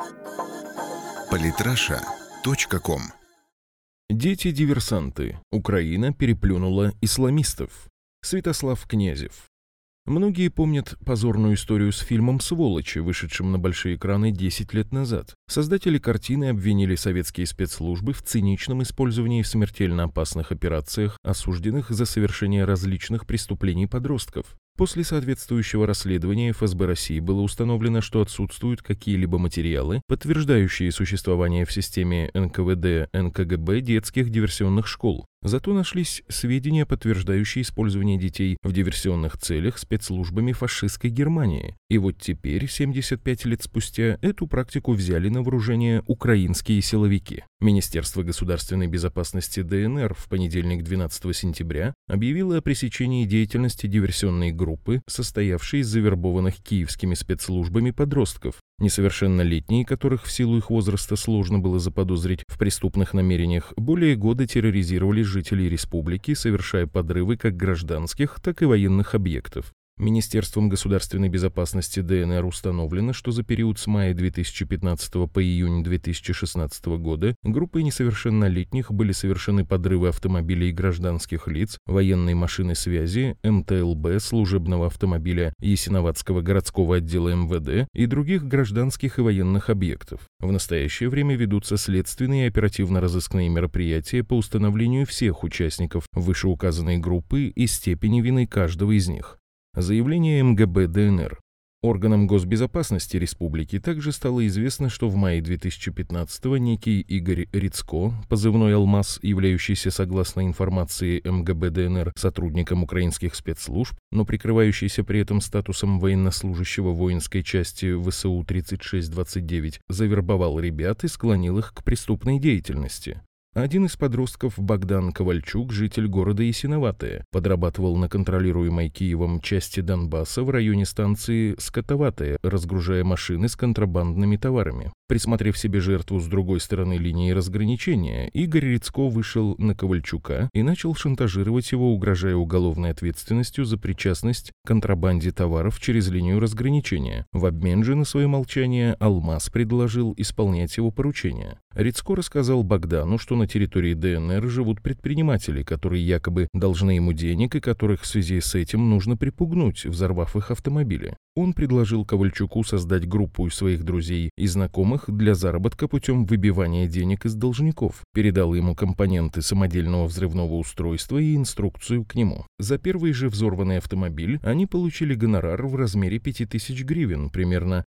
Политраша.ком. Дети-диверсанты. Украина переплюнула исламистов. Святослав Князев. Многие помнят позорную историю с фильмом «Сволочи», вышедшим на большие экраны 10 лет назад. Создатели картины обвинили советские спецслужбы в циничном использовании в смертельно опасных операциях осужденных за совершение различных преступлений подростков. После соответствующего расследования ФСБ России было установлено, что отсутствуют какие-либо материалы, подтверждающие существование в системе НКВД/НКГБ детских диверсионных школ. Зато нашлись сведения, подтверждающие использование детей в диверсионных целях спецслужбами фашистской Германии. И вот теперь, 75 лет спустя, эту практику взяли на вооружение украинские силовики. Министерство государственной безопасности ДНР в понедельник 12 сентября объявило о пресечении деятельности диверсионной группы, состоявшей из завербованных киевскими спецслужбами подростков. Несовершеннолетние, которых в силу их возраста сложно было заподозрить в преступных намерениях, более года терроризировали жителей республики, совершая подрывы как гражданских, так и военных объектов. Министерством государственной безопасности ДНР установлено, что за период с мая 2015 по июнь 2016 года группой несовершеннолетних были совершены подрывы автомобилей гражданских лиц, военной машины связи, МТЛБ, служебного автомобиля Ясиноватского городского отдела МВД и других гражданских и военных объектов. В настоящее время ведутся следственные и оперативно-розыскные мероприятия по установлению всех участников вышеуказанной группы и степени вины каждого из них. Заявление МГБ ДНР. Органам госбезопасности республики также стало известно, что в мае 2015-го некий Игорь Рицко, позывной «Алмаз», являющийся, согласно информации МГБ ДНР, сотрудником украинских спецслужб, но прикрывающийся при этом статусом военнослужащего воинской части ВСУ 3629, завербовал ребят и склонил их к преступной деятельности. Один из подростков, Богдан Ковальчук, житель города Ясиноватое, подрабатывал на контролируемой Киевом части Донбасса в районе станции Скотоватая, разгружая машины с контрабандными товарами. Присмотрев себе жертву с другой стороны линии разграничения, Игорь Рицко вышел на Ковальчука и начал шантажировать его, угрожая уголовной ответственностью за причастность к контрабанде товаров через линию разграничения. В обмен же на свое молчание Алмаз предложил исполнять его поручения. Рицко рассказал Богдану, что на территории ДНР живут предприниматели, которые якобы должны ему денег и которых в связи с этим нужно припугнуть, взорвав их автомобили. Он предложил Ковальчуку создать группу из своих друзей и знакомых для заработка путем выбивания денег из должников. Передал ему компоненты самодельного взрывного устройства и инструкцию к нему. За первый же взорванный автомобиль они получили гонорар в размере 5000 гривен, примерно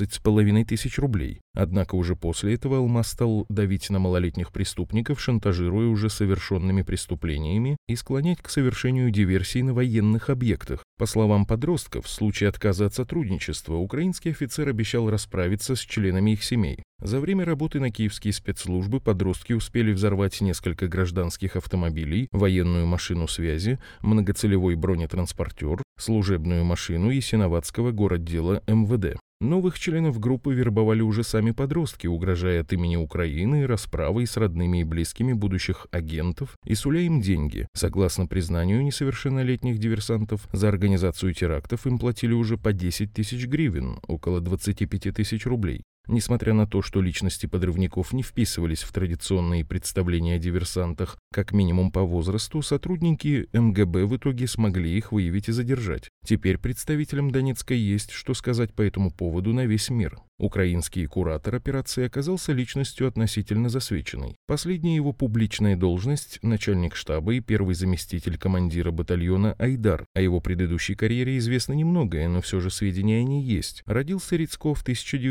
12,5 тысяч рублей. Однако уже после этого Алмаз стал давить на малолетних преступников, шантажируя уже совершенными преступлениями и склонять к совершению диверсий на военных объектах. По словам подростков, в случае отказа от сотрудничества украинский офицер обещал расправиться с членами их семей. За время работы на киевские спецслужбы подростки успели взорвать несколько гражданских автомобилей, военную машину связи, многоцелевой бронетранспортер, служебную машину Ясиноватского городдела МВД. Новых членов группы вербовали уже сами подростки, угрожая от имени Украины расправой с родными и близкими будущих агентов и суля им деньги. Согласно признанию несовершеннолетних диверсантов, за организацию терактов им платили уже по 10 тысяч гривен, около 25 тысяч рублей. Несмотря на то, что личности подрывников не вписывались в традиционные представления о диверсантах, как минимум по возрасту, сотрудники МГБ в итоге смогли их выявить и задержать. Теперь представителям Донецка есть что сказать по этому поводу на весь мир. Украинский куратор операции оказался личностью относительно засвеченной. Последняя его публичная должность – начальник штаба и первый заместитель командира батальона Айдар. О его предыдущей карьере известно немногое, но все же сведения о ней есть. Родился Рицко в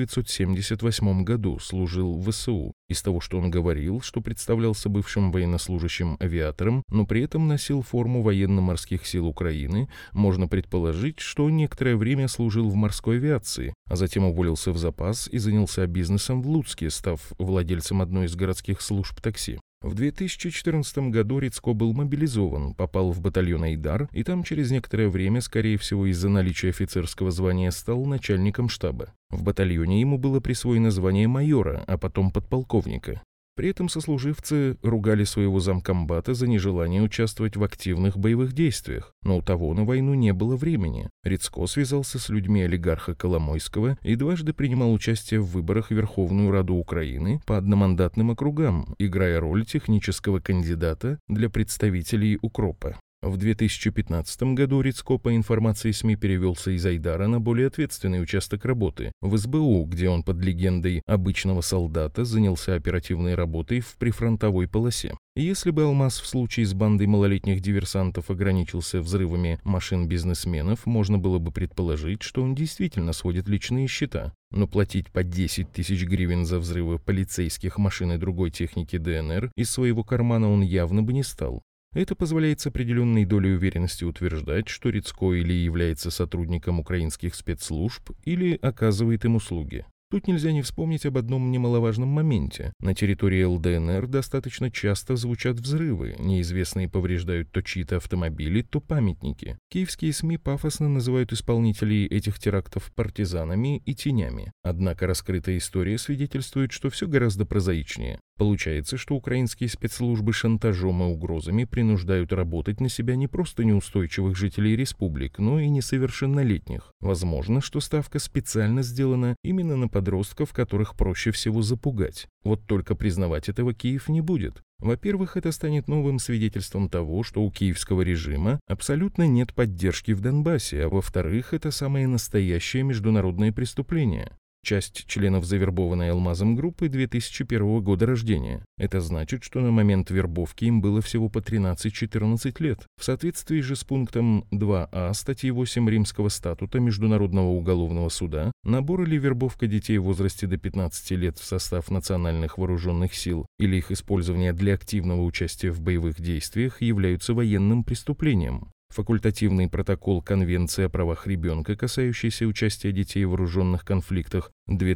1978 году, служил в ВСУ. Из того, что он говорил, что представлялся бывшим военнослужащим авиатором, но при этом носил форму военно-морских сил Украины, можно предположить, что он некоторое время служил в морской авиации, а затем уволился в запас и занялся бизнесом в Луцке, став владельцем одной из городских служб такси. В 2014 году Рицко был мобилизован, попал в батальон Айдар и там через некоторое время, скорее всего из-за наличия офицерского звания, стал начальником штаба. В батальоне ему было присвоено звание майора, а потом подполковника. При этом сослуживцы ругали своего замкомбата за нежелание участвовать в активных боевых действиях, но у того на войну не было времени. Рицко связался с людьми олигарха Коломойского и дважды принимал участие в выборах в Верховную Раду Украины по одномандатным округам, играя роль технического кандидата для представителей укропа. В 2015 году Рицко, по информации СМИ, перевелся из Айдара на более ответственный участок работы – в СБУ, где он под легендой обычного солдата занялся оперативной работой в прифронтовой полосе. Если бы Алмаз в случае с бандой малолетних диверсантов ограничился взрывами машин бизнесменов, можно было бы предположить, что он действительно сводит личные счета. Но платить по 10 тысяч гривен за взрывы полицейских машин и другой техники ДНР из своего кармана он явно бы не стал. Это позволяет с определенной долей уверенности утверждать, что Рицко или является сотрудником украинских спецслужб, или оказывает им услуги. Тут нельзя не вспомнить об одном немаловажном моменте. На территории ЛДНР достаточно часто звучат взрывы, неизвестные повреждают то чьи-то автомобили, то памятники. Киевские СМИ пафосно называют исполнителей этих терактов партизанами и тенями. Однако раскрытая история свидетельствует, что все гораздо прозаичнее. Получается, что украинские спецслужбы шантажом и угрозами принуждают работать на себя не просто неустойчивых жителей республик, но и несовершеннолетних. Возможно, что ставка специально сделана именно на подростков, которых проще всего запугать. Вот только признавать этого Киев не будет. Во-первых, это станет новым свидетельством того, что у киевского режима абсолютно нет поддержки в Донбассе, а во-вторых, это самое настоящее международное преступление. Часть членов завербованной Алмазом группы 2001 года рождения. Это значит, что на момент вербовки им было всего по 13-14 лет. В соответствии же с пунктом 2а статьи 8 Римского статута Международного уголовного суда, набор или вербовка детей в возрасте до 15 лет в состав национальных вооруженных сил или их использование для активного участия в боевых действиях являются военным преступлением. Факультативный протокол Конвенции о правах ребенка, касающийся участия детей в вооруженных конфликтах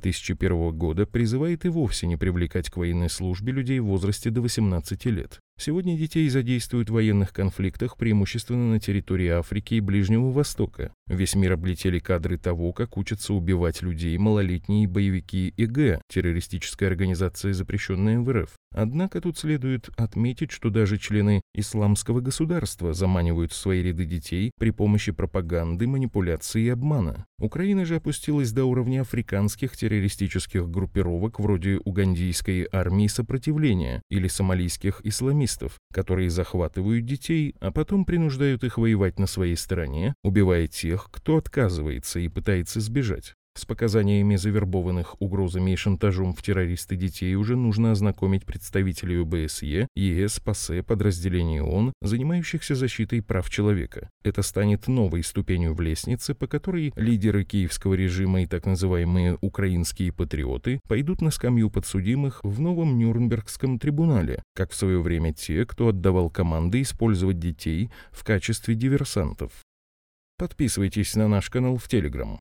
2001 года, призывает и вовсе не привлекать к военной службе людей в возрасте до 18 лет. Сегодня детей задействуют в военных конфликтах преимущественно на территории Африки и Ближнего Востока. Весь мир облетели кадры того, как учатся убивать людей малолетние боевики ИГ, террористическая организация, запрещенная в РФ. Однако тут следует отметить, что даже члены исламского государства заманивают в свои ряды детей при помощи пропаганды, манипуляции и обмана. Украина же опустилась до уровня африканских террористических группировок вроде угандийской армии сопротивления или сомалийских исламистов, которые захватывают детей, а потом принуждают их воевать на своей стороне, убивая тех, кто отказывается и пытается сбежать. С показаниями завербованных угрозами и шантажом в террористы детей уже нужно ознакомить представителей ОБСЕ, ЕС, ПАСЕ, подразделений ООН, занимающихся защитой прав человека. Это станет новой ступенью в лестнице, по которой лидеры киевского режима и так называемые украинские патриоты пойдут на скамью подсудимых в новом Нюрнбергском трибунале, как в свое время те, кто отдавал команды использовать детей в качестве диверсантов. Подписывайтесь на наш канал в Telegram.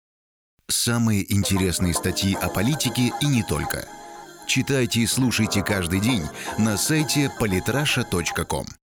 Самые интересные статьи о политике и не только. Читайте и слушайте каждый день на сайте polytrasha.com.